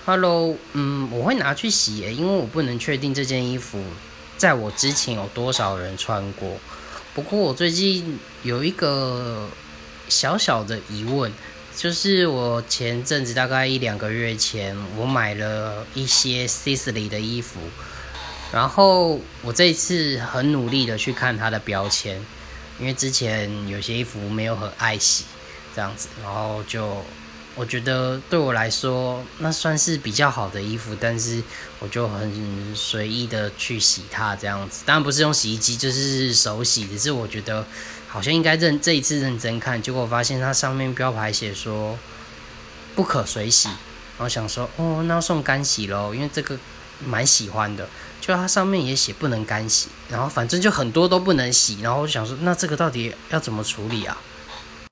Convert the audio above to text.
Hello，我会拿去洗因为我不能确定这件衣服在我之前有多少人穿过。不过我最近有一个小小的疑问，就是我前阵子大概1-2个月前，我买了一些 Sisley 的衣服，然后我这一次很努力的去看它的标签，因为之前有些衣服没有很爱洗，这样子，然后我觉得对我来说，那算是比较好的衣服，但是我就很随意的去洗它，这样子。当然不是用洗衣机，就是手洗。只是我觉得好像应该这一次认真看，结果我发现它上面标牌写说不可水洗，然后想说，那要送干洗咯，因为这个蛮喜欢的。就它上面也写不能干洗，然后反正就很多都不能洗，然后我就想说，那这个到底要怎么处理啊？